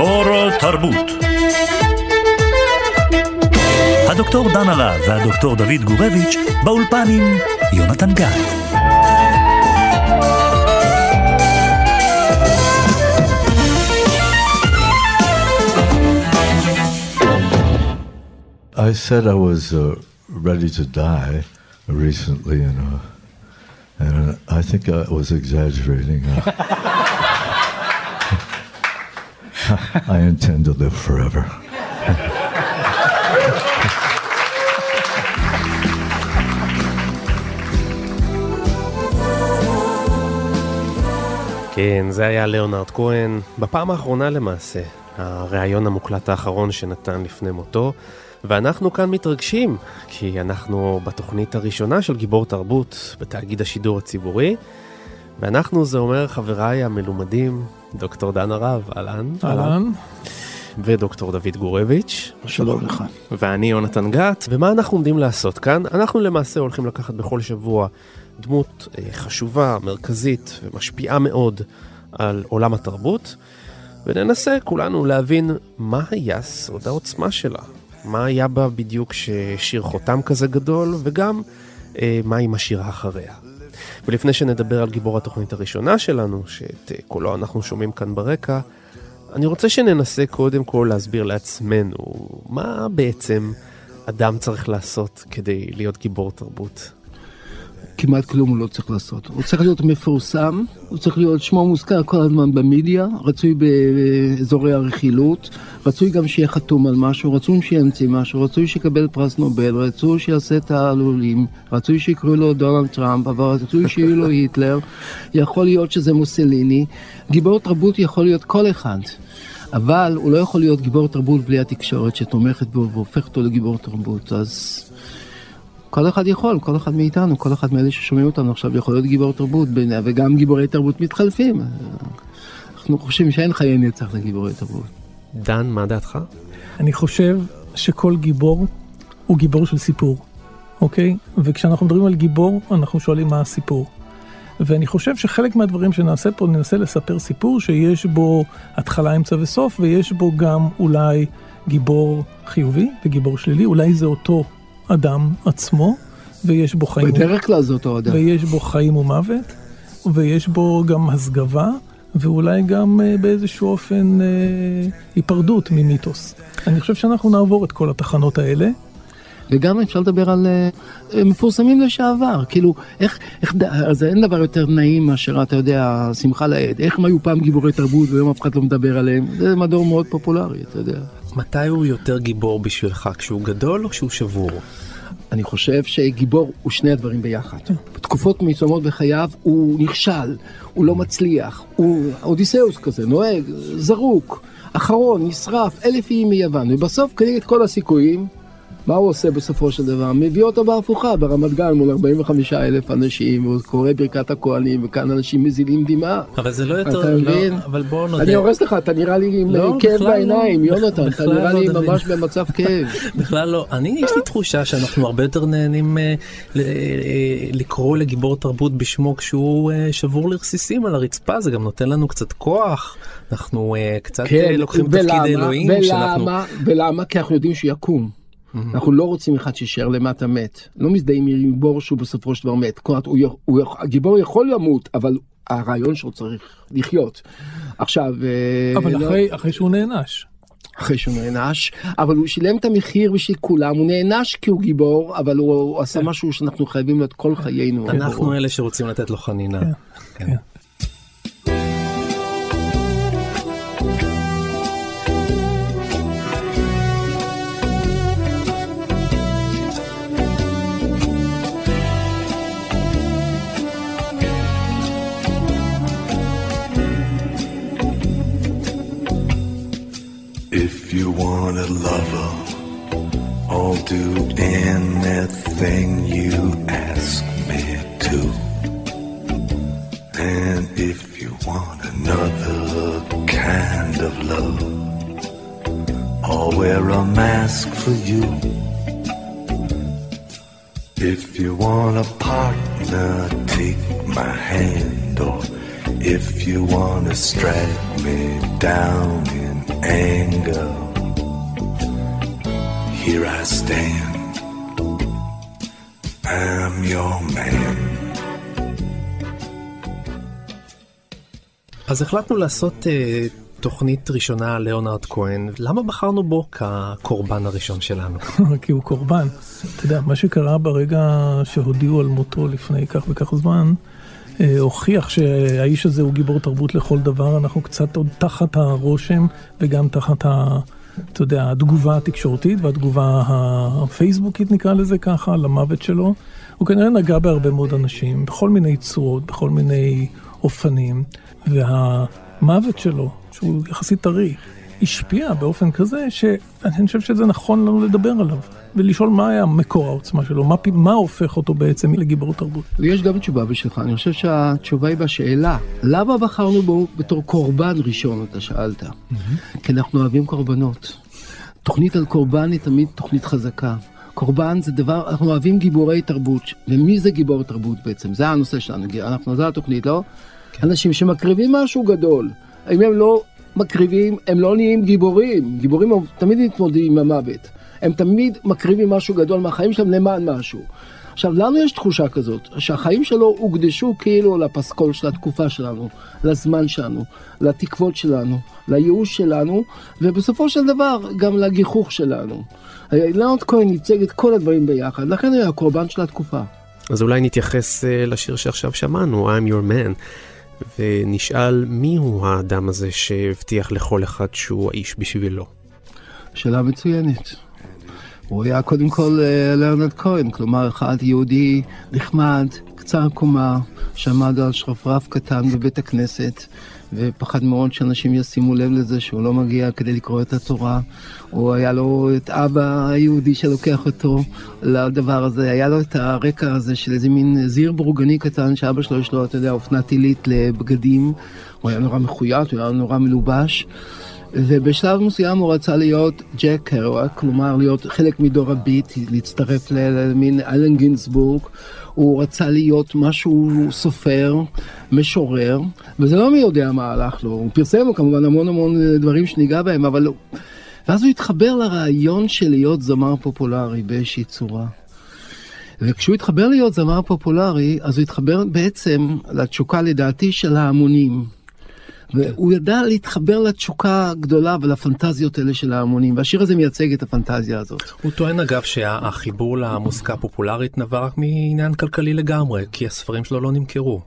גיבור תרבות. הדוקטור דן הרב והדוקטור דוד גורביץ' באולפן עם יונתן גת. I said I was ready to die recently, and I think I was exaggerating. I intend to live forever. כן, זה היה ליאונרד כהן, בפעם האחרונה למעשה, הראיון המוקלט האחרון שנתן לפני מותו, ואנחנו כאן מתרגשים, כי אנחנו בתוכנית הראשונה של גיבור תרבות בתאגיד השידור הציבורי, ואנחנו, זה אומר חבריי המלומדים, דוקטור דן הרב, אהלן. אהלן. ודוקטור דוד גורביץ'. שלום לך. ואני יונתן גת, ומה אנחנו עומדים לעשות כאן? אנחנו למעשה הולכים לקחת בכל שבוע דמות חשובה, מרכזית ומשפיעה מאוד על עולם התרבות, וננסה כולנו להבין מה היה סוד העוצמה שלה. מה היה בה בדיוק ששיר חותם כזה גדול, וגם מה היא משאירה אחריה. ולפני שנדבר על גיבור התוכנית הראשונה שלנו, שאת קולו אנחנו שומעים כאן ברקע, אני רוצה שננסה קודם כל להסביר לעצמנו מה בעצם אדם צריך לעשות כדי להיות גיבור תרבות. כמעט כלום הוא לא צריך לעשות. הוא צריך להיות מפורסם, הוא צריך להיות שמו מוזכר כל הזמן במדיה, רצוי באזורי הרכילות, רצוי גם שיהיה חתום על משהו, רצוי שימציא משהו, רצוי שיקבל פרס נובל, רצוי שיעשה תעלולים, רצוי שיקראו לו דונלד טראמפ, אבל רצוי שיהיו לו היטלר, יכול להיות שזה מוסליני. גיבור תרבות יכול להיות כל אחד, אבל הוא לא יכול להיות גיבור תרבות בלי התקשורת שתומכת בו והופכת אותו לגיבור תרבות. אז כל אחד יכול, כל אחד מאיתנו, כל אחד מאלה ששומעים אותנו עכשיו יכול להיות גיבור תרבות, וגם גיבורי תרבות מתחלפים. אנחנו חושבים שאין חיי נצח לגיבורי תרבות. דן, מה דעתך? אני חושב שכל גיבור הוא גיבור של סיפור, אוקיי? וכשאנחנו מדברים על גיבור, אנחנו שואלים מה הסיפור. ואני חושב שחלק מהדברים שנעשה פה, ננסה לספר סיפור שיש בו התחלה, אמצע וסוף, ויש בו גם אולי גיבור חיובי וגיבור שלילי, אולי זה אותו אדם עצמו, ויש בו חיים. בדרך כלל זה אותו אדם. ויש בו חיים ומוות, ויש בו גם הסגבה, ואולי גם באיזשהו אופן היפרדות ממיתוס. אני חושב שאנחנו נעבור את כל התחנות האלה. וגם אפשר לדבר על מפורסמים לשעבר, כאילו, אז אין דבר יותר נעים מאשר, אתה יודע, שמחה לעד, איך הם היו פעם גיבורי תרבות והיום אף אחד לא מדבר עליהם, זה מדור מאוד פופולרי, אתה יודע. מתי הוא יותר גיבור בשבילך, כשהוא גדול או כשהוא שבור? אני חושב שגיבור הוא שני הדברים ביחד. בתקופות מסוימות בחייו הוא נכשל, הוא לא מצליח, הוא אודיסאוס כזה, נוהג, זרוק, אחרון, נשרף, 1000 איש מיוון, ובסוף כנגד כל הסיכויים, מה הוא עושה בסופו של דבר? מביא אותו בהפוכה, ברמת גן מול 45,000 אנשים, הוא קורא ברכת הכהנים, וכאן אנשים מזילים דמעה. אבל זה לא יותר, לא, אבל בואו נודה. אני הורס לך, אתה נראה לי עם כאב בעיניים, יונתן, אתה נראה לי ממש במצב כאב. בכלל לא, יש לי תחושה שאנחנו הרבה יותר נהנים לקרוא לגיבור תרבות בשמו כשהוא שבור לרסיסים על הרצפה, זה גם נותן לנו קצת כוח, אנחנו קצת לוקחים תפקיד אלוהים. ולמה? כי אנחנו יודעים שהוא יקום. אנחנו לא רוצים אחד שישאר למטה מת. לא מזדהים עם גיבור שהוא בסופו של דבר מת. הגיבור יכול למות, אבל הרעיון שהוא צריך לחיות. עכשיו... אבל אחרי שהוא נענש. אחרי שהוא נענש, אבל הוא שילם את המחיר בשביל כולם. הוא נענש כי הוא גיבור, אבל הוא עשה משהו שאנחנו חייבים לו את כל חיינו. אנחנו אלה שרוצים לתת לו חנינה. כן. If you want a lover, I'll do anything you ask me to. And if you want another kind of love, I'll wear a mask for you. If you want a partner, take my hand. Or if you want to strike me down in anger. Here I stand, I'm your man. אז החלטנו לעשות תוכנית ראשונה על ליאונרד כהן. למה בחרנו בו כקורבן הראשון שלנו? כי הוא קורבן. אתה יודע, מה שקרה ברגע שהודיעו על מותו לפני כך וכך זמן, הוכיח שהאיש הזה הוא גיבור תרבות לכל דבר. אנחנו קצת עוד תחת הרושם וגם תחת אתה יודע, התגובה התקשורתית והתגובה הפייסבוקית נקרא לזה ככה, למוות שלו. הוא כנראה נגע בהרבה מאוד אנשים, בכל מיני צורות, בכל מיני אופנים, והמוות שלו, שהוא יחסית טרי, השפיע באופן כזה שאני חושב שזה נכון לנו לדבר עליו, ולשאול מה היה מקור העוצמה שלו, מה הופך אותו בעצם לגיבור תרבות. ויש גם תשובה בשבילך, אני חושב שהתשובה היא בשאלה, למה בחרנו בו בתור קורבן ראשון, אתה שאלת? כי אנחנו אוהבים קורבנות. תוכנית על קורבן היא תמיד תוכנית חזקה. קורבן זה דבר, אנחנו אוהבים גיבורי תרבות, ומי זה גיבור תרבות בעצם? זה הנושא שלנו, אנחנו זה התוכנית, לא? אנשים שמקריבים משהו גדול, אם הם לא מקריבים, הם לא נהיים גיבורים. גיבורים תמיד מתמודדים עם המוות. הם תמיד מקריבים משהו גדול מהחיים שלהם למען משהו. עכשיו, לנו יש תחושה כזאת, שהחיים שלו הוקדשו כאילו לפסקול של התקופה שלנו, לזמן שלנו, לתקוות שלנו, לייאוש שלנו, ובסופו של דבר גם לגיחוך שלנו. ליאונרד כהן ייצג את כל הדברים ביחד, לכן היה הקורבן של התקופה. אז אולי נתייחס לשיר שעכשיו שמענו, I'm Your Man, ונשאל מי הוא האדם הזה שהבטיח לכל אחד שהוא האיש בשבילו. שאלה מצוינת. הוא היה קודם כל ליאונרד כהן, כלומר אחד יהודי נחמד, קצר קומה, שעמד על שרפרף קטן בבית הכנסת, ופחד מאוד שאנשים ישימו לב לזה שהוא לא מגיע כדי לקרוא את התורה. הוא היה לו את אבא היהודי שלוקח אותו לדבר הזה, היה לו את הרקע הזה של איזה מין זיר בורגני קטן שאבא שלו יש לו, אתה יודע, אופנת עילית לבגדים. הוא היה נורא מחויית, הוא היה נורא מלובש. ובשלב מסוים הוא רצה להיות ג'ק קרואק, כלומר להיות חלק מדור הביט, להצטרף למין אלן גינסבורג. הוא רצה להיות משהו סופר, משורר, וזה לא מי יודע מה הלך לו. הוא פרסם כמובן המון דברים שניגע בהם, אבל ואז הוא התחבר לרעיון של להיות זמר פופולרי באיזושהי צורה. וכשהוא התחבר להיות זמר פופולרי, אז הוא התחבר בעצם לתשוקה לדעתי של ההמונים. והוא ידע להתחבר לתשוקה גדולה ולפנטזיות האלה של ההמונים, והשיר הזה מייצג את הפנטזיה הזאת. הוא טוען אגב שהחיבור למוזיקה הפופולרית נבע רק מעניין כלכלי לגמרי, כי הספרים שלו לא נמכרו.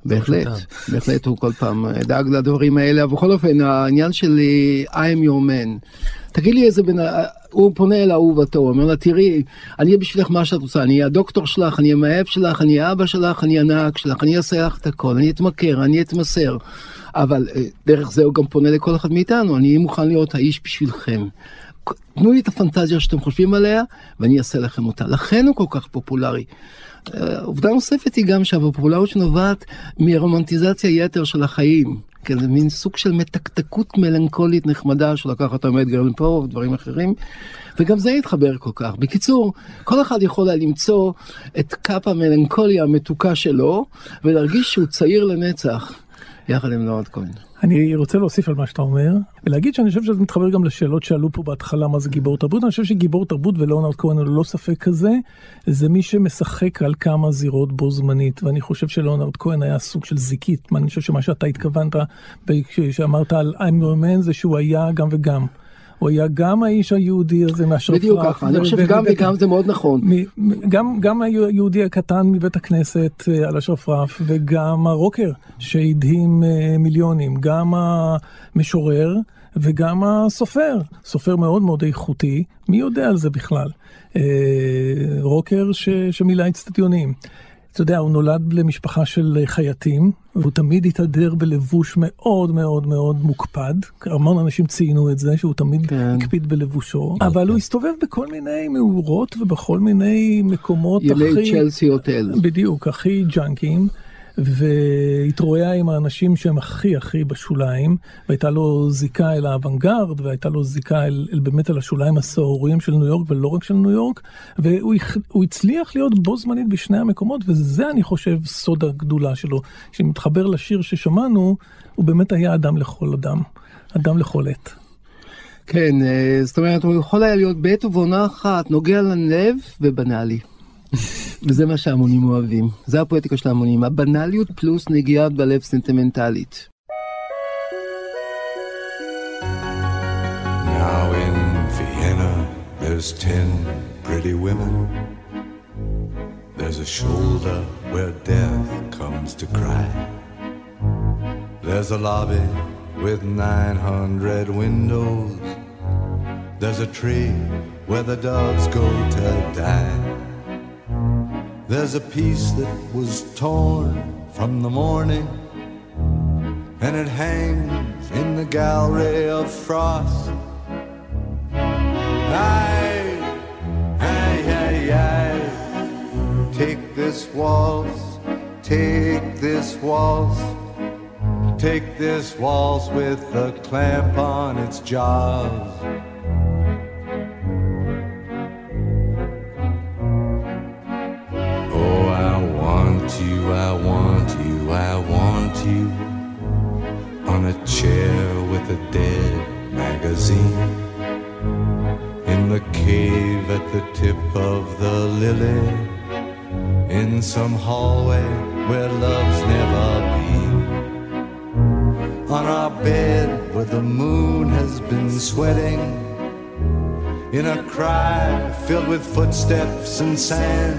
בהחלט הוא כל פעם דאג לדברים האלה, אבל בכל אופן העניין של I'm Your Man, תגיד לי איזה הוא פונה אל אהובתו, הוא אומר לה, תראי, אני אהיה בשבילך מה שאת רוצה, אני אהיה הדוקטור שלך, אני אהיה המאהב שלך, אני אהיה אבא שלך, אני אהיה הנהג שלך, אני אעשה לך את הכל, אני אתמכר, אני אתמסר. אבל דרך זה הוא גם פונה לכל אחד מאיתנו, אני מוכן להיות האיש בשבילכם. תנו לי את הפנטזיה שאתם חושבים עליה, ואני אעשה לכם אותה. לכן הוא כל כך פופולרי. עובדה נוספת היא גם שהפופולריות שנובעת מרומנטיזציה יתר של החיים. כן, זה מין סוג של מתקתקות מלנכולית נחמדה, שלקח אותם את גרלן פור ודברים אחרים, וגם זה יתחבר כל כך. בקיצור, כל אחד יכול למצוא את קאפ המלנכוליה המתוקה שלו, ולהרגיש שהוא צעיר לנצח. יחד עם ליאונרד כהן. אני רוצה להוסיף על מה שאתה אומר, ולהגיד שאני חושב שזה מתחבר גם לשאלות שעלו פה בהתחלה, מה זה גיבור תרבות. אני חושב שגיבור תרבות וליאונרד כהן הוא לא ספק כזה, זה מי שמשחק על כמה זירות בו זמנית, ואני חושב שליאונרד כהן היה סוג של זיקית. אני חושב שמה שאתה התכוונת, שאמרת על I'm Your Man, זה שהוא היה גם וגם. הוא היה גם האיש היהודי הזה מהשרפרף. בדיוק ככה, אני חושב גם וגם זה מאוד נכון. גם היהודי הקטן מבית הכנסת על השרפרף, וגם הרוקר שהדהים מיליונים, גם המשורר וגם הסופר. סופר מאוד מאוד איכותי, מי יודע על זה בכלל? רוקר שמילא אצטדיונים. אתה יודע, הוא נולד למשפחה של חייטים, והוא תמיד התהדר בלבוש מאוד מאוד מאוד מוקפד. המון אנשים ציינו את זה, שהוא תמיד הקפיד בלבושו. אבל הוא הסתובב בכל מיני מאורות ובכל מיני מקומות הכי... ימי צ'לסי הוטל. בדיוק, הכי ג'אנקים. והתרועע עם האנשים שהם הכי בשוליים, והייתה לו זיקה אל האוונגרד, והייתה לו זיקה באמת אל השוליים הסהוריים של ניו יורק, ולא רק של ניו יורק, והוא הצליח להיות בו זמנית בשני המקומות, וזה אני חושב סוד הגדולה שלו. כשמתחבר לשיר ששמענו, הוא באמת היה אדם לכל אדם, אדם לכל עת. כן, זאת אומרת, הוא יכול היה להיות בעת ובעונה אחת, נוגע ללב ובנאלי. וזה מה שהמונים אוהבים. זה הפואטיקה של המונים. הבנאליות פלוס נגיעה בלב סנטימנטלית. Now in Vienna there's 10 pretty women. There's a shoulder where death comes to cry. There's a lobby with 900 windows. There's a tree where the doves go to die. There's a piece that was torn from the morning, and it hangs in the gallery of frost. Aye, aye, aye, aye. Take this waltz, take this waltz, take this waltz with a clamp on its jaws. Oh, I want you, I want you, I want you on a chair with a dead magazine. In the cave at the tip of the lily, in some hallway where love's never been, on our bed where the moon has been sweating, in a cry filled with footsteps and sand.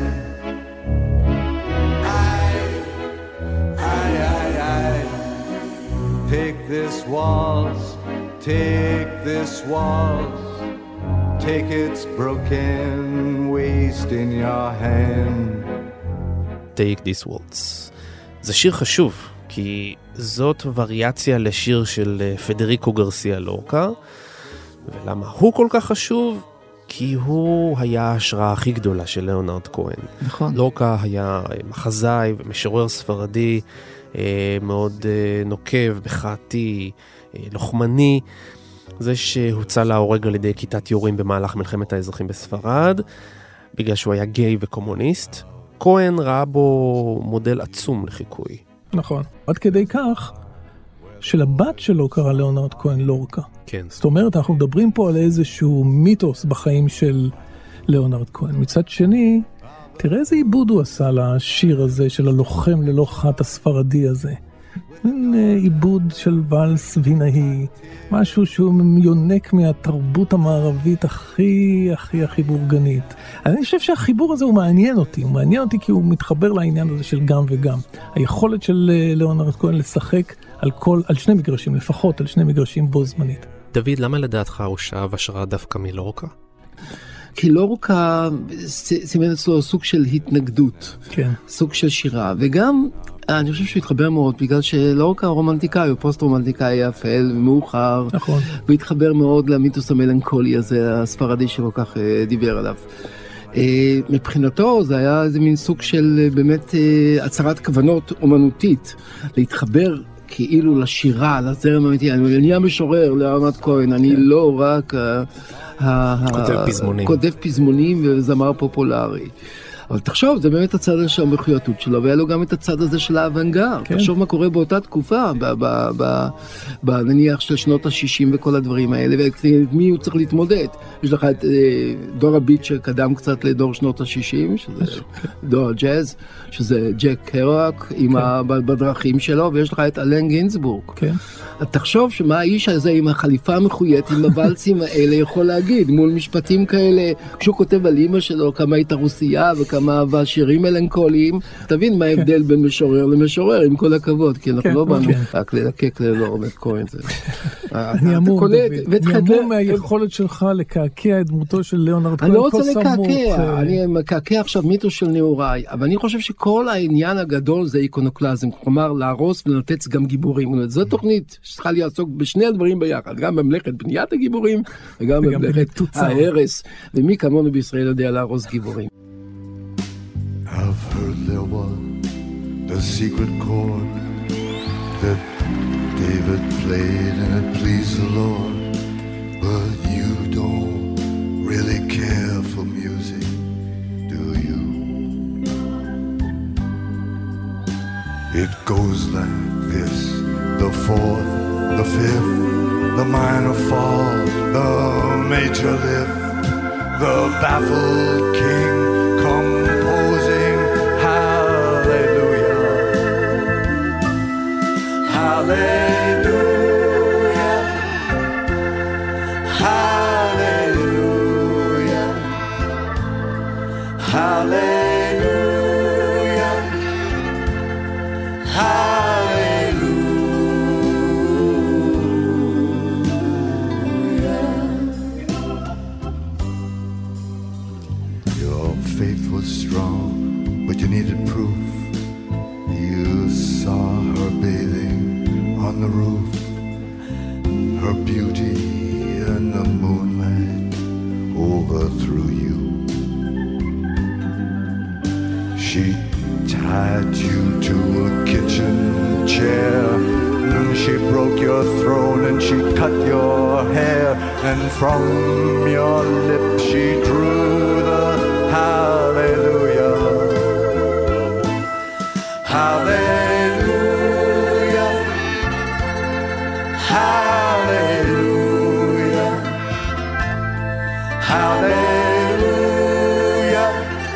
Take this waltz, take this waltz, take its broken waist in your hand. Take this waltz. זה שיר חשוב, כי זאת וריאציה לשיר של פדריקו גרסיה לורקה. ולמה הוא כל כך חשוב? כי הוא היה ההשראה הכי גדולה של ליאונרד כהן. נכון. לורקה היה מחזאי ומשורר ספרדי, מאוד נוקב, מחאתי, לוחמני. זה שהוצא להורג על ידי כיתת יורים במהלך מלחמת האזרחים בספרד, בגלל שהוא היה גיי וקומוניסט. כהן ראה בו מודל עצום לחיקוי. נכון. עד כדי כך שלבת שלו קרא ליאונרד כהן לורקה. כן. זאת אומרת, אנחנו מדברים פה על איזשהו מיתוס בחיים של ליאונרד כהן. מצד שני, תראה איזה עיבוד הוא עשה לשיר הזה של הלוחם ללא חת הספרדי הזה. מין עיבוד של ולס וינאי, משהו שהוא יונק מהתרבות המערבית הכי בורגנית. אני חושב שהחיבור הזה הוא מעניין אותי, כי הוא מתחבר לעניין הזה של גם וגם. היכולת של ליאונרד כהן לשחק על שני מגרשים, לפחות על שני מגרשים בו זמנית. דוד, למה לדעתך הוא שאב השראה דווקא מלורקה? כי לורקה סימן אצלו סוג של התנגדות, כן. סוג של שירה, וגם אני חושב שהוא התחבר מאוד, בגלל שלורקה רומנטיקאי, הוא פוסט-רומנטיקאי אפל ומאוחר, נכון. הוא התחבר מאוד למיתוס המלנכולי הזה, הספרדי שכל כך דיבר עליו. מבחינתו זה היה איזה מין סוג של באמת הצהרת כוונות אומנותית, להתחבר כאילו לשירה, לזרם האמיתי. אני המשורר, ליאונרד כהן, אני לא רק כותב פזמונים וזמר פופולרי. אבל תחשוב, זה באמת הצד הזה של המחויטות שלו, והיה לו גם את הצד הזה של האוונגרד. כן. תחשוב מה קורה באותה תקופה, נניח של שנות ה-60 וכל הדברים האלה, ומי הוא צריך להתמודד. יש לך את דור הביט שקדם קצת לדור שנות ה-60, שזה דור הג'אז, שזה ג'ק קרוק, בדרכים שלו, ויש לך את אלן גינסבורג. כן. תחשוב שמה האיש הזה עם החליפה המחויית, עם הוולצים האלה, יכול להגיד, מול משפטים כאלה, כשהוא כותב על אמא שלו, כמה הייתה רוסייה וכמה אהבה שירים מלנכוליים, תבין מה ההבדל בין משורר למשורר, עם כל הכבוד, כי אנחנו לא באנו רק ללקק לליאונרד כהן. אני המום מהיכולת שלך לקעקע את דמותו של ליאונרד כהן. אני לא רוצה לקעקע, אני מקעקע עכשיו מיתוס של נעוריי, אבל אני חושב שכל העניין הגדול זה איקונוקלזם, כלומר להרוס ולנתץ גם גיבורים. זו תוכנית שצריכה לעסוק בשני הדברים ביחד, גם במלאכת בניית הגיבורים וגם במלאכת ההרס, ומי כמונו בישראל יודע להרוס גיבורים. I've heard there was a secret chord that David played and it pleased the Lord, but you don't really care for music, do you? It goes like this, the fourth, the fifth, the minor fall, the major lift, the baffled king composing hallelujah, hallelujah, hallelujah, hallelujah. Strong, but you needed proof. You saw her bathing on the roof, her beauty in the moonlight overthrew you. She tied you to a kitchen chair, and she broke your throne and she cut your hair, and from your lips she drew the hallelujah, hallelujah, hallelujah, hallelujah,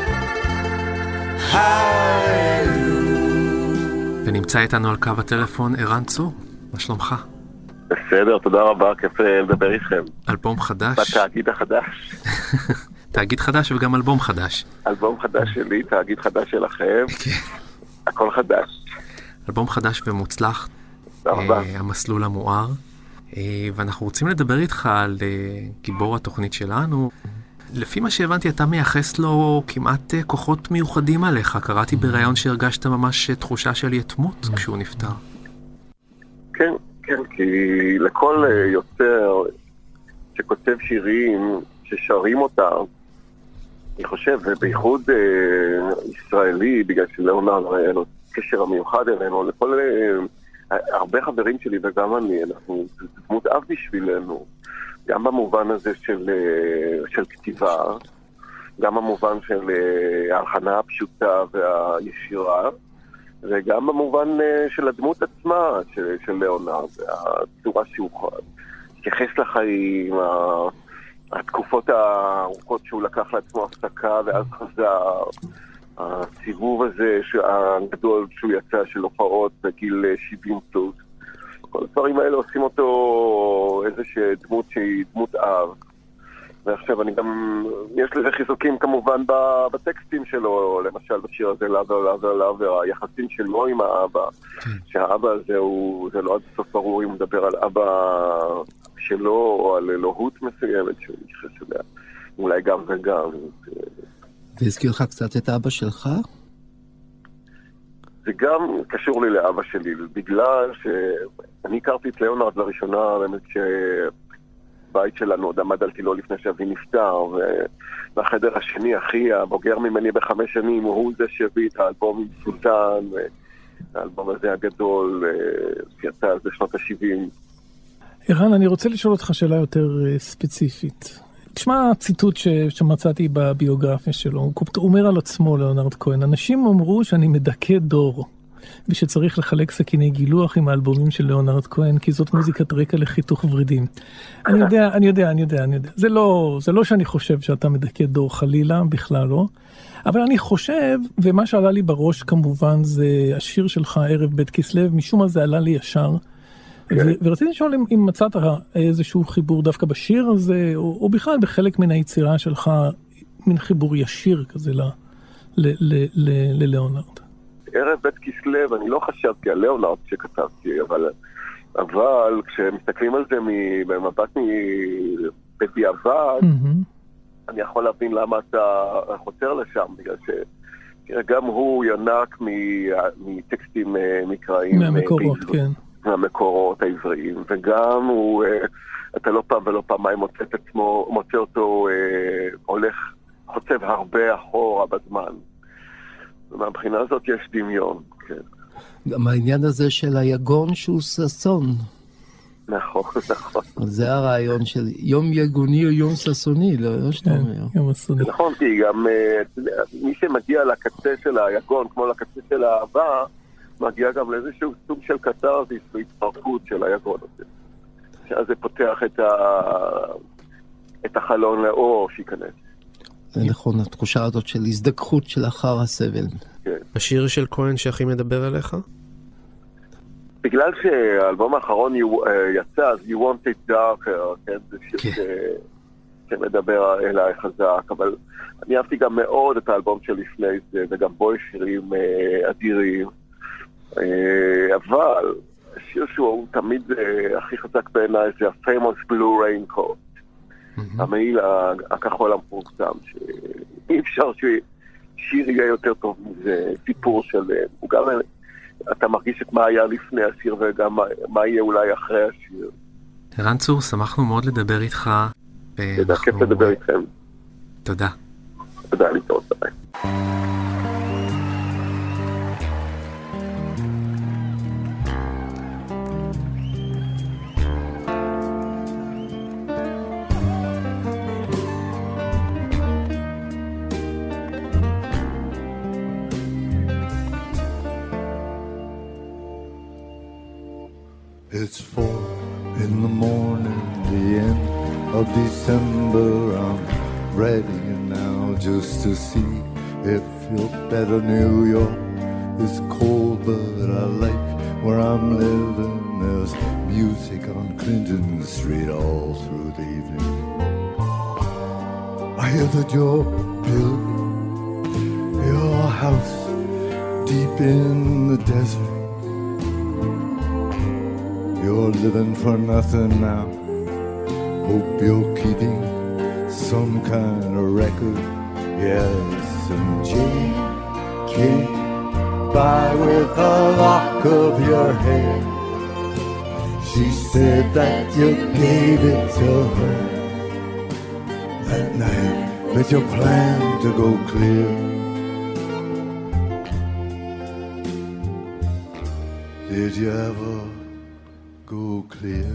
hallelujah. ונמצא איתנו על קו הטלפון ערן צור, מה שלומך? בסדר, תודה רבה, כיף לדבר איתכם. אלבום חדש. בתאגיד החדש. תאגיד חדש וגם אלבום חדש. אלבום חדש שלי, תאגיד חדש שלכם. הכל חדש. אלבום חדש ומוצלח. תודה. המסלול המואר. ואנחנו רוצים לדבר איתך על גיבור התוכנית שלנו. לפי מה שהבנתי, אתה מייחס לו כמעט כוחות מיוחדים עליך. קראתי בראיון שהרגשת ממש תחושה של יתמות כשהוא נפטר. כן, כן, כי לכל יוצר שכותב שירים, ששרים אותם, אני חושב, ובייחוד ישראלי, בגלל שלאונרד היה לו קשר המיוחד אלינו, לכל הרבה חברים שלי וגם אני, אנחנו דמות אב בשבילנו, גם במובן הזה של כתיבה, גם במובן של ההכנה הפשוטה והישירה, וגם במובן של הדמות עצמה של לאונרד, הצורה שהוא התייחס לחיים, התקופות הארוכות שהוא לקח לעצמו הפסקה ואז חזר, הסיבוב הזה הגדול שהוא יצא של הופעות בגיל 70 פלוס, כל הדברים האלה עושים אותו איזושהי דמות שהיא דמות אב. ועכשיו אני גם, יש לזה חיזוקים כמובן בטקסטים שלו, למשל בשיר הזה והיחסים שלו עם האבא, שהאבא הזה זה לא עד סוף ברור אם מדבר על אבא שלו או על אלוהות מסוימת שהוא מתייחס אליה, אולי גם וגם. והזכיר לך קצת את אבא שלך? זה גם קשור לי לאבא שלי, בגלל שאני הכרתי את לאונרד לראשונה באמת בית שלנו, עוד עמדתי לו לפני שאבי נפטר, ובחדר השני, אחי, הבוגר ממני ב5 שנים, הוא זה שהביא את האלבום עם סולטן, האלבום הזה הגדול, שיצא על זה שנות ה-70. ערן, אני רוצה לשאול אותך שאלה יותר ספציפית. תשמע ציטוט שמצאתי בביוגרפיה שלו, הוא אומר על עצמו, לאונרד כהן, אנשים אמרו שאני מדכא דור, ושצריך לחלק סכיני גילוח עם האלבומים של לאונרד כהן, כי זאת מוזיקת רקע לחיתוך ורידים. אני יודע. זה לא שאני חושב שאתה מדכא דור חלילה, בכלל לא. אבל אני חושב, ומה שעלה לי בראש כמובן, זה השיר שלך, ערב בית כסלו, משום מה זה עלה לי ישר. ורציתי לשאול אם מצאת איזשהו חיבור דווקא בשיר הזה, או בכלל בחלק מן היצירה שלך, מן חיבור ישיר כזה ללאונרד. ערב בית כסלו, אני לא חשבתי על לאונרד שכתבתי, אבל כשמסתכלים על זה במבט בדיעבד, אני יכול להבין למה אתה חותר לשם, בגלל שגם הוא ינק מטקסטים מקראיים. מהמקורות, כן. מהמקורות העבריים, וגם הוא, אתה לא פעם ולא פעמיים מוצא אותו הולך, חוצב הרבה אחורה בזמן. ומהבחינה הזאת יש דמיון, כן. גם העניין הזה של היגון שהוא ששון. נכון. זה הרעיון של יום יגוני או יום ששוני, לא שאתה אומר. יום ששוני. נכון, כי גם מי שמגיע לקצה של היגון, כמו לקצה של האהבה, מגיע גם לאיזשהו סוג של קתרזיס והתפרקות של היגון הזה. אז זה פותח את החלון לאור שייכנס. זה נכון, התחושה הזאת של הזדככות של אחר הסבל. כן. השיר של כהן שהכי מדבר אליך? בגלל שהאלבום האחרון יצא, אז You Want It Darker, כן? זה שיר שמדבר אליי חזק, אבל אני אהבתי גם מאוד את האלבום שלפני זה, וגם בו יש שירים אדירים. אבל השיר שהוא תמיד הכי חזק בעיניי זה ה-Famous Blue Raincoat. המעיל הכחול המפורסם, שאי אפשר ששיר יהיה יותר טוב מזה, סיפור שלם. הוא גם, אתה מרגיש את מה היה לפני השיר וגם מה יהיה אולי אחרי השיר. ערן צור, שמחנו מאוד לדבר איתך. תודה, כיף לדבר איתכם. תודה. תודה, להתראות, ביי. It's 4 in the morning, the end of December. I'm ready now just to see if you're better. New York is cold, but I like where I'm living. There's music on Clinton Street all through the evening. I hear that you're building your house deep in the desert. You're living for nothing now. Hope you're keeping some kind of record. Yes, and Jane came by with a lock of your hair. She said that you gave it to her that night, that you planned to go clear. Did you ever go clear?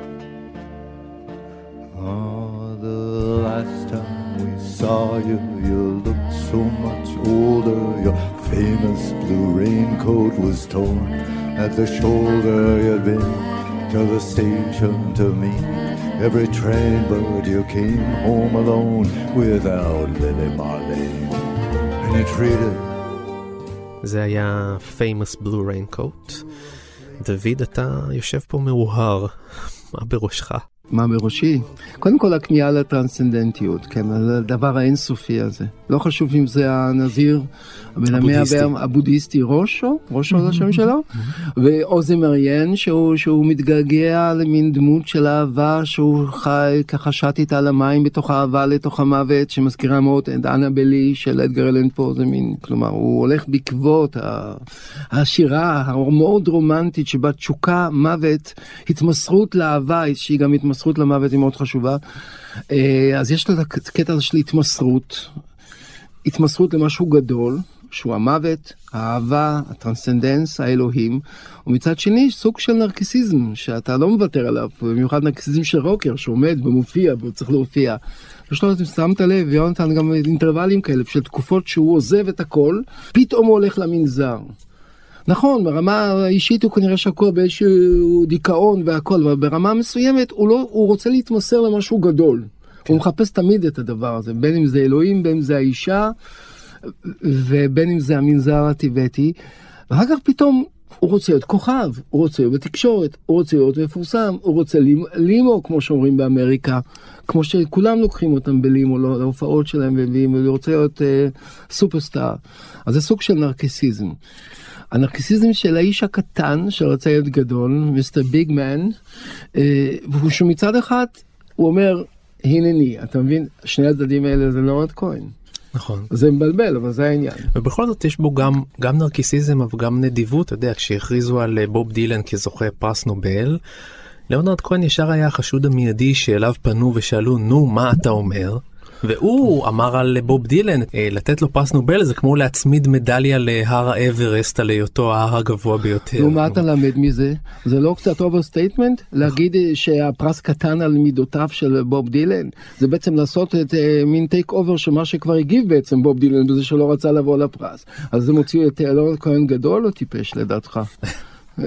Oh, the last time we saw you, you looked so much older. Your famous blue raincoat was torn at the shoulder. You'd been to the station to meet every train, but you came home alone without Lily Marlene. And you treated... זה היה famous blue raincoat. דוד, אתה יושב פה מאוהר, מה בראשך? מה בראשי? קודם כל הכניעה לטרנסצנדנטיות, כן, הדבר האינסופי הזה. לא חשוב אם זה הנזיר, הבודהיסטי רושו זה השם שלו, ואוזי מריאן שהוא מתגעגע למין דמות של אהבה, שהוא חי ככה שט איתה על המים בתוך האהבה לתוך המוות, שמזכירה מאוד את אנאבלי של אדגר אלן פו, זה מין, כלומר, הוא הולך בעקבות השירה המאוד רומנטית שבה תשוקה, מוות, התמסרות לאהבה, שהיא גם התמסרות למוות היא מאוד חשובה. אז יש לו את הקטע של התמסרות למשהו גדול, שהוא המוות, האהבה, הטרנסצנדנס, האלוהים, ומצד שני סוג של נרקיסיזם שאתה לא מוותר עליו, במיוחד נרקיסיזם של רוקר שעומד ומופיע והוא צריך להופיע. יש לו, אתם שמת לב, ויונתן גם אינטרוולים כאלה של תקופות שהוא עוזב את הכל, פתאום הוא הולך למנזר. נכון, ברמה האישית הוא כנראה שקוע באיזשהו דיכאון והכל, אבל ברמה מסוימת הוא רוצה להתמסר למשהו גדול. הוא מחפש תמיד את הדבר הזה, בין אם זה אלוהים, בין אם זה האישה, ובין אם זה המנזר הטיבטי. ואחר כך פתאום הוא רוצה להיות כוכב, הוא רוצה להיות בתקשורת, הוא רוצה להיות מפורסם, הוא רוצה לימו, כמו שאומרים באמריקה, כמו שכולם לוקחים אותם בלימו, להופעות שלהם ולימו, הוא רוצה להיות סופרסטאר. אז זה סוג של נרקיסיזם. הנרקיסיזם של האיש הקטן שרצה להיות גדול, מיסטר ביג מן, והוא שמצד אחד הוא אומר, הנני, אתה מבין? שני הצדדים האלה זה לא עוד כהן. נכון. זה מבלבל, אבל זה העניין. ובכל זאת יש בו גם נרקיסיזם, אבל גם נדיבות, אתה יודע, כשהכריזו על בוב דילן כזוכה פרס נובל, ליאונרד כהן ישר היה החשוד המיידי שאליו פנו ושאלו, נו, מה אתה אומר? והוא אמר על בוב דילן, לתת לו פרס נובל זה כמו להצמיד מדליה להר האברסט על היותו ההר הגבוה ביותר. ומה אתה למד מזה? זה לא קצת אוברסטייטמנט? להגיד שהפרס קטן על מידותיו של בוב דילן? זה בעצם לעשות את מין טייק אובר שמה שכבר הגיב בעצם בוב דילן בזה שלא רצה לבוא לפרס. אז זה מוציא את ליאונרד כהן גדול או טיפש לדעתך?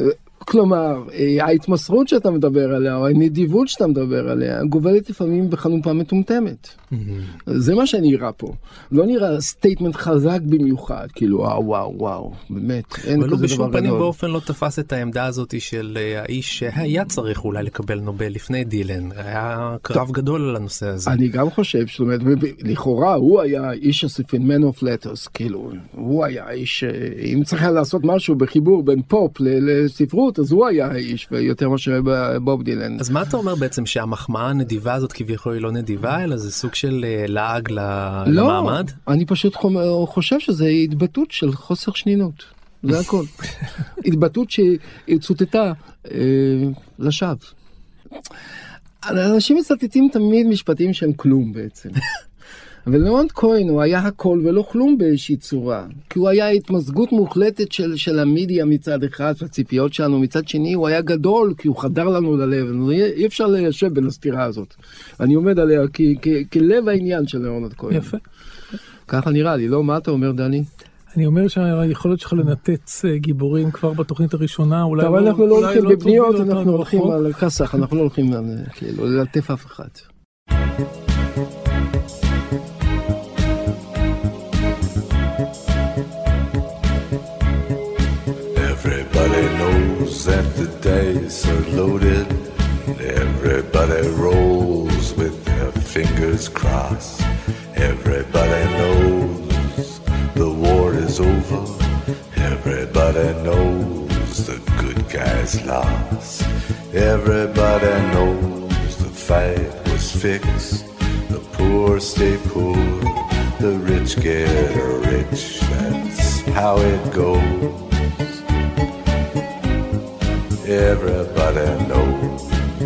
כלומר, ההתמסרות שאתה מדבר עליה, או הנדיבות שאתה מדבר עליה, גובלת לפעמים בחנופה מטומטמת. זה מה שנראה פה. לא נראה סטייטמנט חזק במיוחד, כאילו, וואו, באמת, אין כזה דבר גדול. אבל הוא בשום פנים באופן לא תפס את העמדה הזאת של האיש שהיה צריך אולי לקבל נובל לפני דילן. היה קרב גדול על הנושא הזה. אני גם חושב, זאת אומרת, לכאורה, הוא היה איש הספין, man of letters, כאילו, הוא היה איש, אם צריך לעשות משהו בחיבור בין פופ לספרות, אז הוא היה האיש, ויותר מאשר בוב דילן. אז מה אתה אומר בעצם, שהמחמאה הנדיבה הזאת כביכול היא לא נדיבה, אלא זה סוג של לעג למעמד? לא, אני פשוט חושב שזה התבטאות של חוסר שנינות, זה הכל. התבטאות שצוטטה לשווא. אנשים מצטטים תמיד משפטים שהם כלום בעצם. אבל ליאונרד כהן הוא היה הכל ולא כלום באיזושהי צורה, כי הוא היה התמזגות מוחלטת של המדיה מצד אחד, והציפיות שלנו מצד שני, הוא היה גדול כי הוא חדר לנו ללב, אי אפשר ליישב בין הסתירה הזאת. אני עומד עליה כלב העניין של ליאונרד כהן. יפה. ככה נראה לי, לא? מה אתה אומר, דני? אני אומר שהיכולת שלך לנתץ גיבורים כבר בתוכנית הראשונה, אולי לא... אנחנו לא הולכים בבניות, אנחנו הולכים על כסח, אנחנו לא הולכים ללטף אף אחד. Everybody knows that the dice are loaded. Everybody rolls with their fingers crossed. Everybody knows the war is over. Everybody knows the good guys lost. Everybody knows the fight was fixed. The poor stay poor, the rich get rich. That's how it goes. Everybody knows.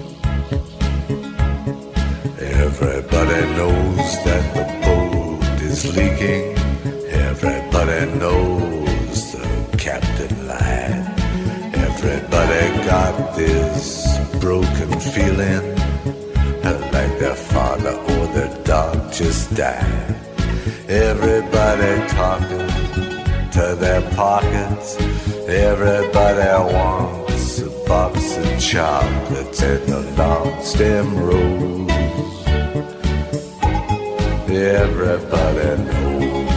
Everybody knows that the boat is leaking. Everybody knows the captain lied. Everybody got this broken feeling, like their father or their dog just died. Everybody talking to their pockets. Everybody wants a box of chocolates and a long stem rose. Everybody knows.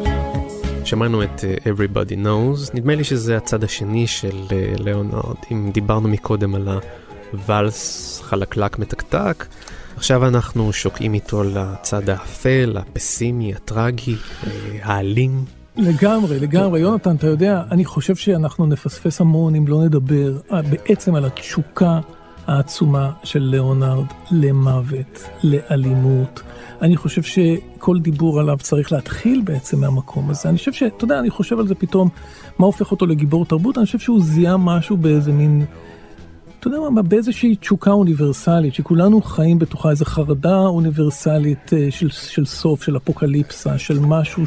שמענו את Everybody Knows. נדמה לי שזה הצד השני של ליאונרד. אם דיברנו מקודם על הוואלס חלקלק מתקתק, עכשיו אנחנו שוקעים איתו לצד האפל, הפסימי, הטרגי, האלים. לגמרי, יונתן, אתה יודע, אני חושב שאנחנו נפספס המון אם לא נדבר בעצם על התשוקה העצומה של ליאונרד למוות, לאלימות. אני חושב שכל דיבור עליו צריך להתחיל בעצם מהמקום הזה. אני חושב אתה יודע, אני חושב על זה פתאום, מה הופך אותו לגיבור תרבות? אני חושב שהוא זיהה משהו באיזה מין, אתה יודע מה, באיזושהי תשוקה אוניברסלית, שכולנו חיים בתוכה איזו חרדה אוניברסלית של סוף, של אפוקליפסה, של משהו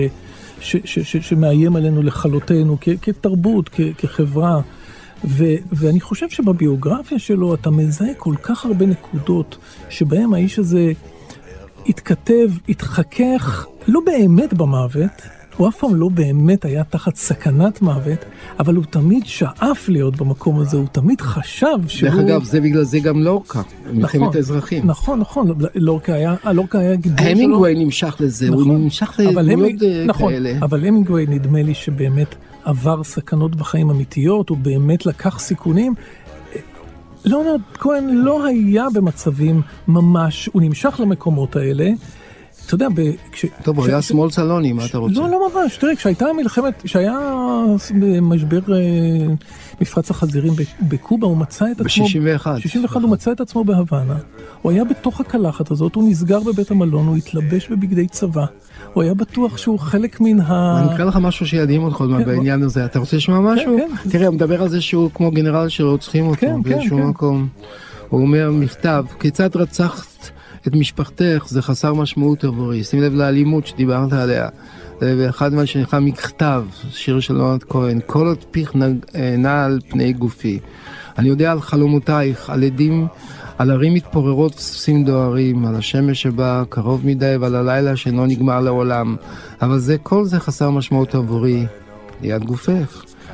שמאיים עלינו לכלותנו כתרבות, כחברה. ואני חושב שבביוגרפיה שלו אתה מזהה כל כך הרבה נקודות שבהם האיש הזה התכתב, התחכך, לא באמת במוות, הוא אף פעם לא באמת היה תחת סכנת מוות, אבל הוא תמיד שאף להיות במקום הזה, הוא תמיד חשב שהוא... דרך אגב, זה בגלל זה גם לורקה, מלחמת האזרחים. נכון, לורקה היה גיבור שלו. המינגווי נמשך לזה, הוא נמשך לדמויות כאלה. אבל המינגווי נדמה לי שבאמת עבר סכנות בחיים אמיתיות, הוא באמת לקח סיכונים. ליאונרד כהן לא היה במצבים ממש, הוא נמשך למקומות האלה, אתה יודע, טוב, הוא היה שמאל סלוני, מה אתה רוצה? לא ממש, תראה, כשהיה משבר מפרץ החזירים בקובה, הוא מצא את עצמו... ב-61 הוא מצא את עצמו בהוואנה, הוא היה בתוך הקלחת הזאת, הוא נסגר בבית המלון, הוא התלבש בבגדי צבא, הוא היה בטוח שהוא חלק מן אני אקרא לך משהו שידעים אותך בעניין הזה, אתה רוצה לשמוע משהו? תראה, הוא מדבר על זה שהוא כמו גנרל שרוצחים אותו באיזשהו מקום. הוא אומר מכתב, כיצד רצחת את משפחתך, זה חסר משמעות עבורי. שים לב לאלימות שדיברת עליה. ואחד מה שנקרא מכתב, שיר של ליאונרד כהן, כל עוד פיך נע על פני גופי. אני יודע על חלומותייך, על עדים, על ערים מתפוררות וסוסים דוהרים, על השמש שבא קרוב מדי ועל הלילה שאינו נגמר לעולם. אבל כל זה חסר משמעות עבורי ליד גופך.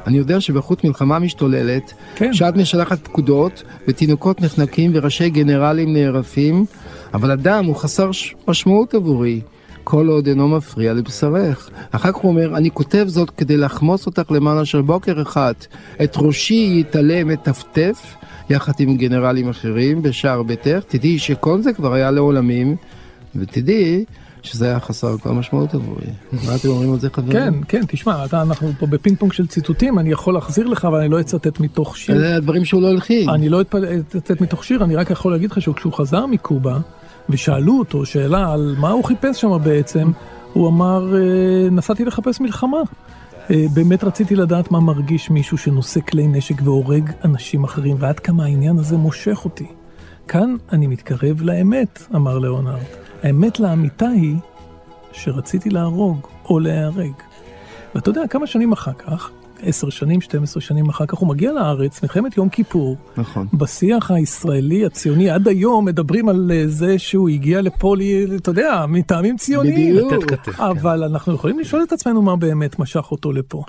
אני יודע שבחוץ מלחמה משתוללת, כן. שאת משלחת פקודות, ותינוקות נחנקים וראשי גנרלים נערפים, אבל אדם הוא חסר משמעות עבורי, כל עוד אינו מפריע לבשרך. אחר כך הוא אומר, אני כותב זאת כדי לחמוס אותך למען אשר בוקר אחד, את ראשי יתעלה מטפטף, יחד עם גנרלים אחרים בשער ביתך, תדעי שכל זה כבר היה לעולמים, ותדעי שזה היה חסר כל משמעות עבורי. מה אתם אומרים על זה, חברים? כן, כן, תשמע, אנחנו פה בפינג פונג של ציטוטים, אני יכול להחזיר לך, אבל אני לא אצטט מתוך שיר. זה הדברים שהוא לא הלחין. אני לא אצטט מתוך שיר, אני רק יכול להגיד לך שכשהוא חזר מקובה, ושאלו אותו שאלה על מה הוא חיפש שם בעצם, הוא אמר, נסעתי לחפש מלחמה. באמת רציתי לדעת מה מרגיש מישהו שנושא כלי נשק והורג אנשים אחרים, ועד כמה העניין הזה מושך אותי. כאן אני מתקרב לאמת, אמר ליאונרד. האמת לאמיתה היא שרציתי להרוג או להיהרג. ואתה יודע, כמה שנים אחר כך, 10 שנים, 12 שנים אחר כך, הוא מגיע לארץ, מלחמת יום כיפור. נכון. בשיח הישראלי, הציוני, עד היום מדברים על זה שהוא הגיע לפה, אתה יודע, מטעמים ציוניים. בדיוק. אבל אנחנו יכולים לשאול את עצמנו מה באמת משך אותו לפה.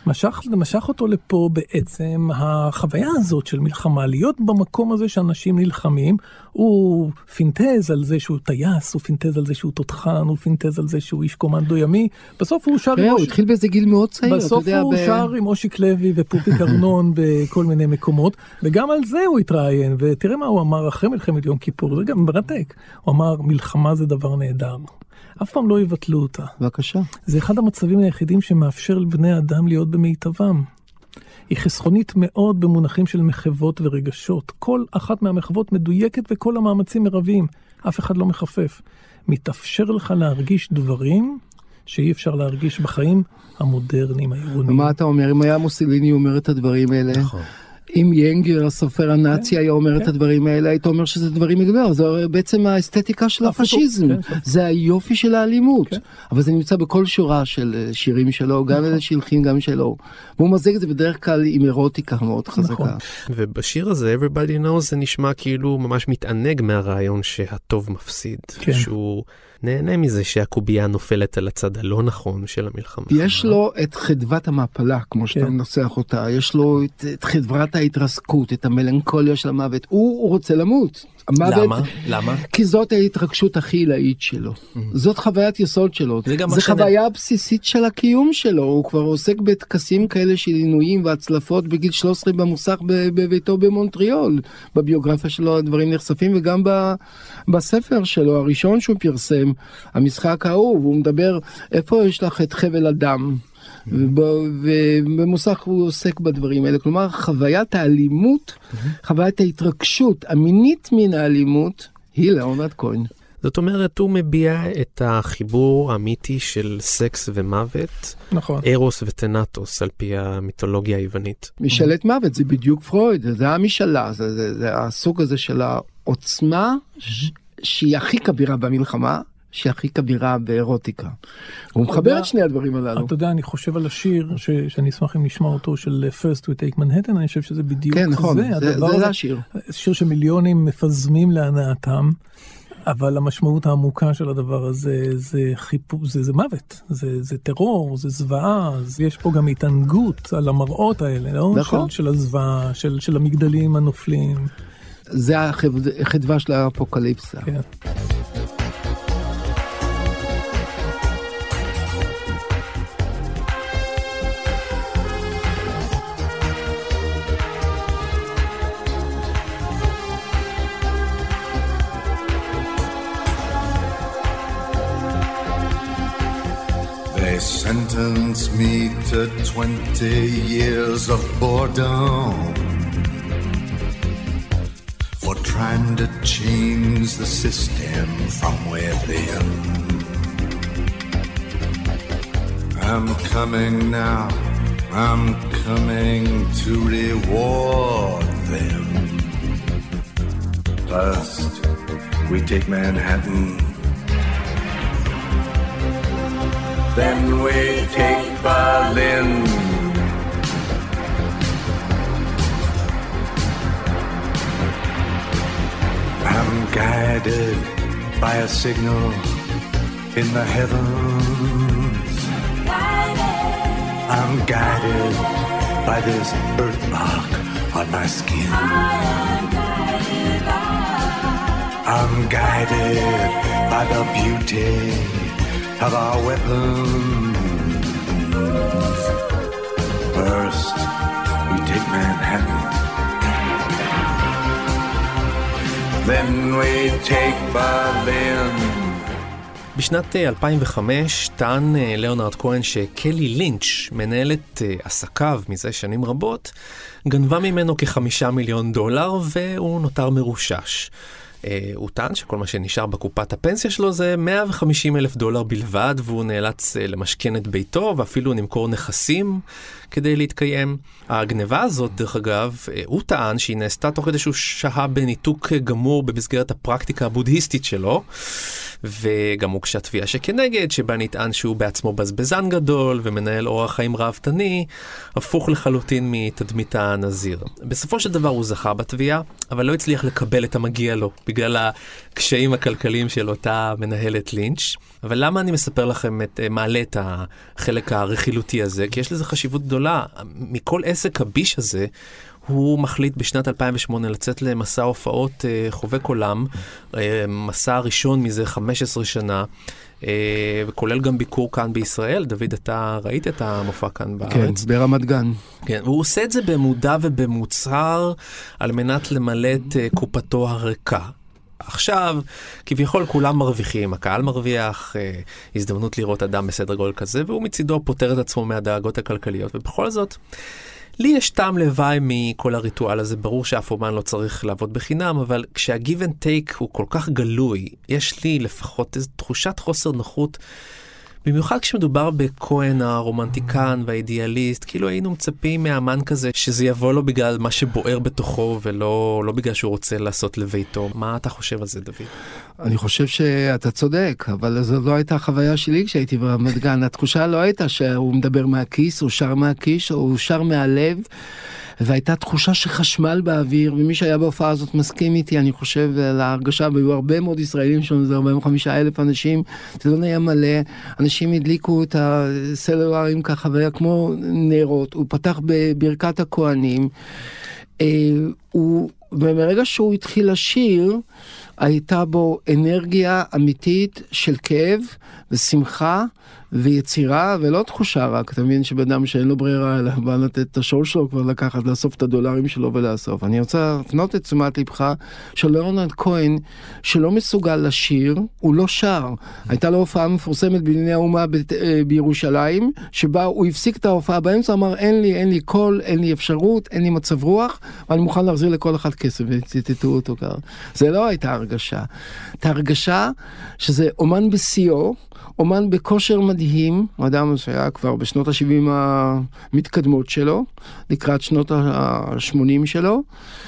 משך אותו לפה בעצם החוויה הזאת של מלחמה, להיות במקום הזה שאנשים נלחמים, הוא פינטז על זה שהוא טייס, הוא פינטז על זה שהוא תותחן, הוא פינטז על זה שהוא איש קומנדו ימי, בסוף הוא שר... הוא התחיל באיזה גיל מאוד צעיר, בסוף הוא שר עם אושיק לוי ופופיק ארנון בכל מיני מקומות, וגם על זה הוא התראיין, ותראה מה הוא אמר אחרי מלחמת יום כיפור, זה גם מרתק, הוא אמר מלחמה זה דבר נהדר. אף פעם לא יבטלו אותה. בבקשה. זה אחד המצבים היחידים שמאפשר לבני אדם להיות במיטבם. היא חסכונית מאוד במונחים של מחוות ורגשות. כל אחת מהמחוות מדויקת וכל המאמצים מרבים. אף אחד לא מחפף. מתאפשר לך להרגיש דברים שאי אפשר להרגיש בחיים המודרניים, העירוניים. ומה אתה אומר? אם היה מוסיליני אומר את הדברים האלה, נכון. אם ינגר, הסופר הנאצי, היה אומר את הדברים האלה, היית אומר שזה דברים מגבר. זה בעצם האסתטיקה של הפשיזם. זה היופי של האלימות. אבל זה נמצא בכל שורה של שירים שלו, גם אלה שהלחין, גם שלו. והוא מזג את זה בדרך כלל עם אירוטיקה מאוד חזקה. ובשיר הזה, Everybody Knows, זה נשמע כאילו ממש מתענג מהרעיון שהטוב מפסיד. שהוא נהנה מזה שהקובייה נופלת על הצד הלא נכון של המלחמה. יש לו את חדוות המעפלה, כמו שאתה מנסח אותה. יש לו את חדוות ההתרסקות, את המלנכוליה של המוות. הוא רוצה למות. למה? למה? כי זאת ההתרגשות הכי עילאית שלו. זאת חוויית יסוד שלו. זה חוויה הבסיסית של הקיום שלו. הוא כבר עוסק בטקסים כאלה של עינויים והצלפות בגיל 13 במוסך בביתו במונטריאול. בביוגרפיה שלו הדברים נחשפים, וגם בספר שלו הראשון שהוא פרסם, המשחק האהוב, הוא מדבר איפה יש לך את חבל הדם. ובמוסך הוא עוסק בדברים האלה. כלומר, חוויית האלימות, חוויית ההתרגשות המינית מן האלימות, היא ליאונרד כהן. זאת אומרת, הוא מביע את החיבור האמיתי של סקס ומוות, נכון. ארוס ותנטוס, על פי המיתולוגיה היוונית. משאלת מוות, זה בדיוק פרויד, זה המשאלה, זה הסוג הזה של העוצמה שהיא הכי כבירה במלחמה, שהיא הכי כבירה באירוטיקה. הוא מחבר את שני הדברים הללו. אתה יודע, אני חושב על השיר, שאני אשמח אם נשמע אותו, של First We Take Manhattan, אני חושב שזה בדיוק כן, נכון, זה השיר. שיר שמיליונים מפזמים להנאתם, אבל המשמעות העמוקה של הדבר הזה, זה חיפוש, זה מוות, זה טרור, זה זוועה, יש פה גם התענגות על המראות האלה, לא? נכון. של הזוועה, של המגדלים הנופלים. זה החדווה של האפוקליפסה. כן. They sentenced me to 20 years of boredom for trying to change the system from within. I'm coming now, I'm coming to reward them. First, we take Manhattan. Then we take Berlin. I'm guided by a signal in the heavens. I'm guided by this birthmark on my skin. I'm guided by the beauty of our weapons. First, we take Manhattan. Then we take Berlin. בשנת 2005 טען ליאונרד כהן שקלי לינץ', מנהלת עסקיו מזה שנים רבות, גנבה ממנו $5 מיליון והוא נותר מרושש. הוא טען שכל מה שנשאר בקופת הפנסיה שלו זה $150,000 בלבד, והוא נאלץ למשכן את ביתו ואפילו למכור נכסים כדי להתקיים. הגניבה הזאת, דרך אגב, הוא טען שהיא נעשתה תוך כדי שהוא שהה בניתוק גמור במסגרת הפרקטיקה הבודהיסטית שלו, וגם הוגשה תביעה שכנגד, שבה נטען שהוא בעצמו בזבזן גדול ומנהל אורח חיים ראוותני, הפוך לחלוטין מתדמית הנזיר. בסופו של דבר הוא זכה בתביעה, אבל לא הצליח לקבל את המגיע לו, בגלל הקשיים הכלכליים של אותה מנהלת לינץ'. אבל למה אני מספר לכם מעלה את החלק הרכילותי הזה? כי יש לזה חשיבות גדולה. מכל עסק הביש הזה, הוא מחליט בשנת 2008 לצאת למסע הופעות חובק עולם, מסע הראשון מזה 15 שנה, וכולל גם ביקור כאן בישראל. דוד, אתה ראית את המופע כאן בארץ? כן, ברמת גן. כן, והוא עושה את זה במודע ובמוצהר, על מנת למלא את קופתו הריקה. עכשיו, כביכול כולם מרוויחים, הקהל מרוויח, הזדמנות לראות אדם בסדר גודל כזה, והוא מצידו פותר את עצמו מהדאגות הכלכליות, ובכל זאת, לי יש טעם לוואי מכל הריטואל הזה. ברור שאף אומן לא צריך לעבוד בחינם, אבל כשהגיב אנד טייק הוא כל כך גלוי, יש לי לפחות איזו תחושת חוסר נוחות, במיוחד כשמדובר בכהן הרומנטיקן והאידיאליסט, כאילו היינו מצפים מהאמן כזה שזה יבוא לו בגלל מה שבוער בתוכו, ולא בגלל שהוא רוצה לעשות לביתו. מה אתה חושב על זה, דוד? אני חושב שאתה צודק, אבל זו לא הייתה החוויה שלי כשהייתי ברמת גן. התחושה לא הייתה שהוא מדבר מהכיס, הוא שר מהכיס, או הוא שר מהלב, והייתה תחושה שחשמל באוויר, ומי שהיה בהופעה הזאת מסכים איתי, אני חושב, להרגשה, והיו הרבה מאוד ישראלים שם, זה 45,000 אנשים, זה לא נהיה מלא, אנשים הדליקו את הסלולרים ככה, והיה כמו נרות, הוא פתח בברכת הכהנים, ומרגע שהוא התחיל לשיר, הייתה בו אנרגיה אמיתית של כאב ושמחה ויצירה, ולא תחושה רק, אתה מבין שבאדם שאין לו ברירה, אלא בא לתת את השור שלו, כבר לקחת, לאסוף את הדולרים שלו ולאסוף. אני רוצה לפנות את תשומת לבך של ליאונרד כהן, שלא מסוגל לשיר, הוא לא שר. הייתה לו הופעה מפורסמת בבנייני האומה בירושלים, שבה הוא הפסיק את ההופעה באמצע, אמר, אין לי קול, אין לי אפשרות, אין לי מצב רוח, ואני מוכן להחזיר לכל אחד כסף, וציטטו אותו ככה. זה לא הייתה הרגשה. את ההרגשה שזה אומן בשיאו, אומן בכושר מדהים, אדם שהיה כבר בשנות ה-70 המתקדמות שלו, לקראת שנות ה-80 שלו,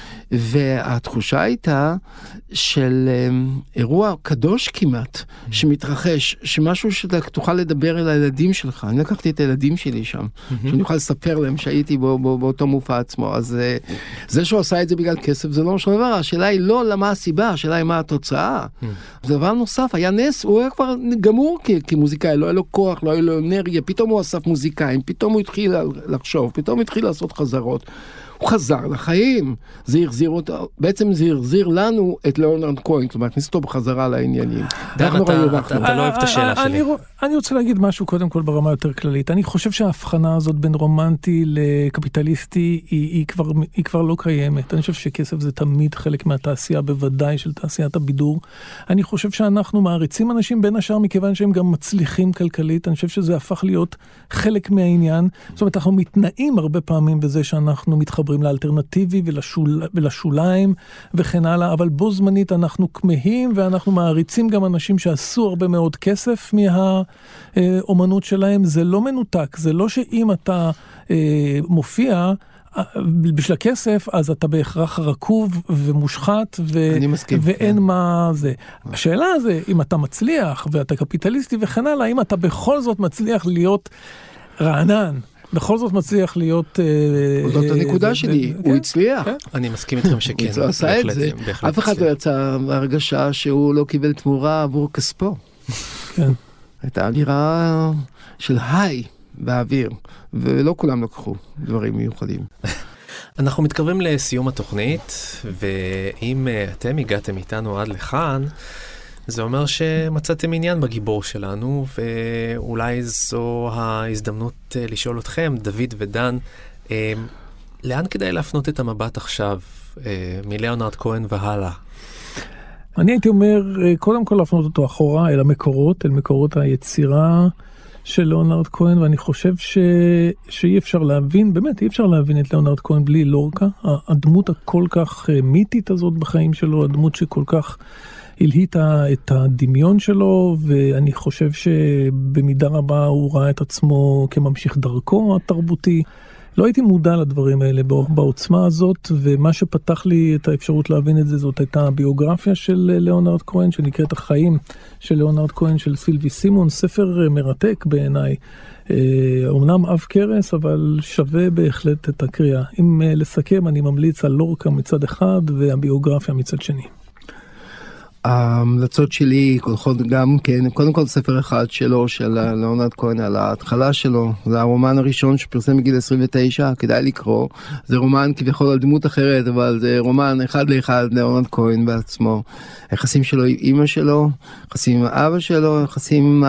והתחושה הייתה של אירוע קדוש כמעט, שמתרחש, שמשהו שאתה תוכל לדבר אל הילדים שלך. אני לקחתי את הילדים שלי שם, שאני אוכל לספר להם שהייתי באותו מופע עצמו. אז זה שהוא עשה את זה בגלל כסף, זה לא משהו דבר. השאלה היא לא למה הסיבה, השאלה היא מה התוצאה. דבר נוסף, היה נס, הוא היה כבר גמור כמוזיקאי, לא היה לו כוח, לא היה לו אנרגיה, פתאום הוא אסף מוזיקאים, פתאום הוא התחיל לחשוב, פתאום הוא התחיל לעשות חזרות. הוא חזר לחיים, זה החזיר אותו, בעצם זה החזיר לנו את ליאונרד כהן, זאת אומרת, הכניס אותו בחזרה לעניינים. אתה לא אוהב את השאלה שלי. אני רוצה להגיד משהו קודם כל ברמה יותר כללית. אני חושב שההבחנה הזאת בין רומנטי לקפיטליסטי היא כבר לא קיימת. אני חושב שכסף זה תמיד חלק מהתעשייה, בוודאי של תעשיית הבידור. אני חושב שאנחנו מעריצים אנשים בין השאר מכיוון שהם גם מצליחים כלכלית. אני חושב שזה הפך להיות חלק מהעניין. זאת אומרת, אנחנו מתנאים הרבה פעמים בזה שאנחנו מתחברים לאלטרנטיבי ולשוליים וכן הלאה, אבל בו זמנית אנחנו כמהים ואנחנו מעריצים גם אנשים שעשו הרבה מאוד כסף מהאומנות שלהם. זה לא מנותק, זה לא שאם אתה מופיע בשביל הכסף, אז אתה בהכרח רקוב ומושחת ואין מה זה. השאלה זה, אם אתה מצליח ואתה קפיטליסטי וכן הלאה, אם אתה בכל זאת מצליח להיות רענן, בכל זאת מצליח להיות... זאת הנקודה שלי, הוא הצליח. אני מסכים איתכם שכן. הוא עשה את זה. אף אחד לא יצא בהרגשה שהוא לא קיבל תמורה עבור כספו. כן. הייתה נראה של היי באוויר, ולא כולם לקחו דברים מיוחדים. אנחנו מתקרבים לסיום התוכנית, ואם אתם הגעתם איתנו עד לכאן, זה אומר שמצאתם עניין בגיבור שלנו, ואולי זו ההזדמנות לשאול אתכם, דוד ודן, לאן כדאי להפנות את המבט עכשיו, מליאונרד כהן והלאה? אני הייתי אומר, קודם כל להפנות אותו אחורה אל המקורות, אל מקורות היצירה של ליאונרד כהן, ואני חושב שאי אפשר להבין, באמת אי אפשר להבין את ליאונרד כהן בלי לורקה, הדמות הכל כך מיתית הזאת בחיים שלו, הדמות שכל כך הלהיטה את הדמיון שלו, ואני חושב שבמידה רבה הוא ראה את עצמו כממשיך דרכו התרבותי. לא הייתי מודע לדברים האלה בעוצמה הזאת, ומה שפתח לי את האפשרות להבין את זה, זאת הייתה הביוגרפיה של ליאונרד כהן, שנקראת החיים של ליאונרד כהן של סילבי סימון, ספר מרתק בעיניי, אומנם אב קרס, אבל שווה בהחלט את הקריאה. אם לסכם, אני ממליץ על לורקה מצד אחד, והביוגרפיה מצד שני. ההמלצות שלי, גם כן, קודם כל ספר אחד שלו, של ליאונרד כהן, על ההתחלה שלו, זה הרומן הראשון שפרסם בגיל 29, כדאי לקרוא, זה רומן כביכול על דמות אחרת, אבל זה רומן אחד לאחד ליאונרד כהן בעצמו, היחסים שלו עם אמא שלו, יחסים עם אבא שלו, יחסים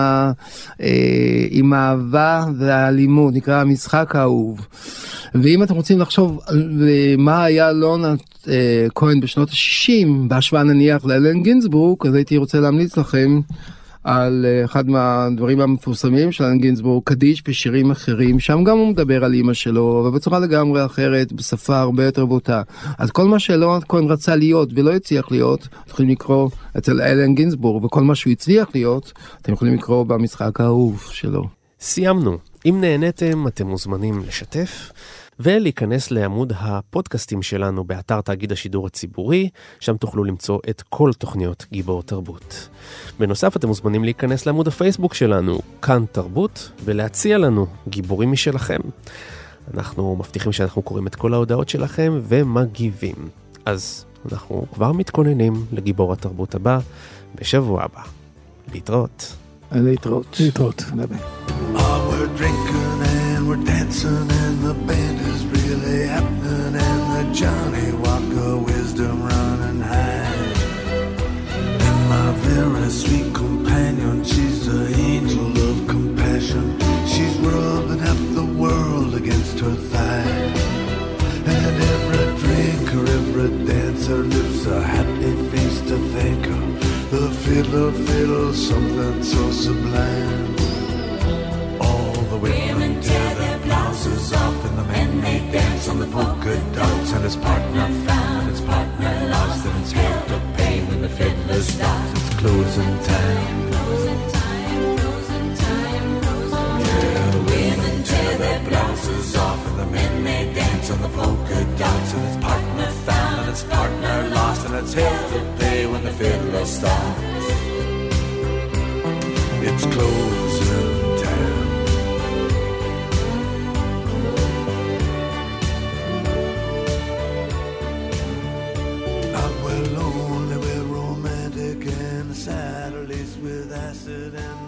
עם האהבה והאלימות, נקרא המשחק האהוב. ואם אתם רוצים לחשוב על מה היה ליאונרד כהן בשנות ה-60, בהשוואה נניח לאלן גינזבורג, אז הייתי רוצה להמליץ לכם על אחד מהדברים המפורסמים של אלן גינזבורג, קדיש ושירים אחרים, שם גם הוא מדבר על אמא שלו, אבל בצורה לגמרי אחרת, בשפה הרבה יותר בוטה. אז כל מה שליאונרד כהן רצה להיות ולא הצליח להיות, אתם יכולים לקרוא אצל אלן גינזבורג, וכל מה שהוא הצליח להיות, אתם יכולים לקרוא במשחק האהוב שלו. סיימנו. אם נהניתם, אתם מוזמנים לשתף ולהיכנס לעמוד הפודקאסטים שלנו באתר תאגיד השידור הציבורי, שם תוכלו למצוא את כל תוכניות גיבור תרבות. בנוסף, אתם מוזמנים להיכנס לעמוד הפייסבוק שלנו, כאן תרבות, ולהציע לנו גיבורים משלכם. אנחנו מבטיחים שאנחנו קוראים את כל ההודעות שלכם ומגיבים. אז אנחנו כבר מתכוננים לגיבור התרבות הבא בשבוע הבא. להתראות. להתראות. להתראות. We're drinking and we're dancing and the band is really happening and the Johnny Walker wisdom running high. And my very sweet companion, she's the angel of compassion. She's rubbing half the world against her thigh. And every drinker, every dancer lives a happy face to thank her. The fiddler fiddles something so sublime. Women tear their blouses off and the men they dance on the polka dots. And his partner found and his partner lost, and it's hell to pay when the fiddler stops. It's closing time. Yeah, women tear their blouses off and the men they dance on the polka dots. And his partner found and his partner lost, and it's hell to pay when the fiddler stops. It's closing time. We're lonely, we're romantic, and Saturdays with acid and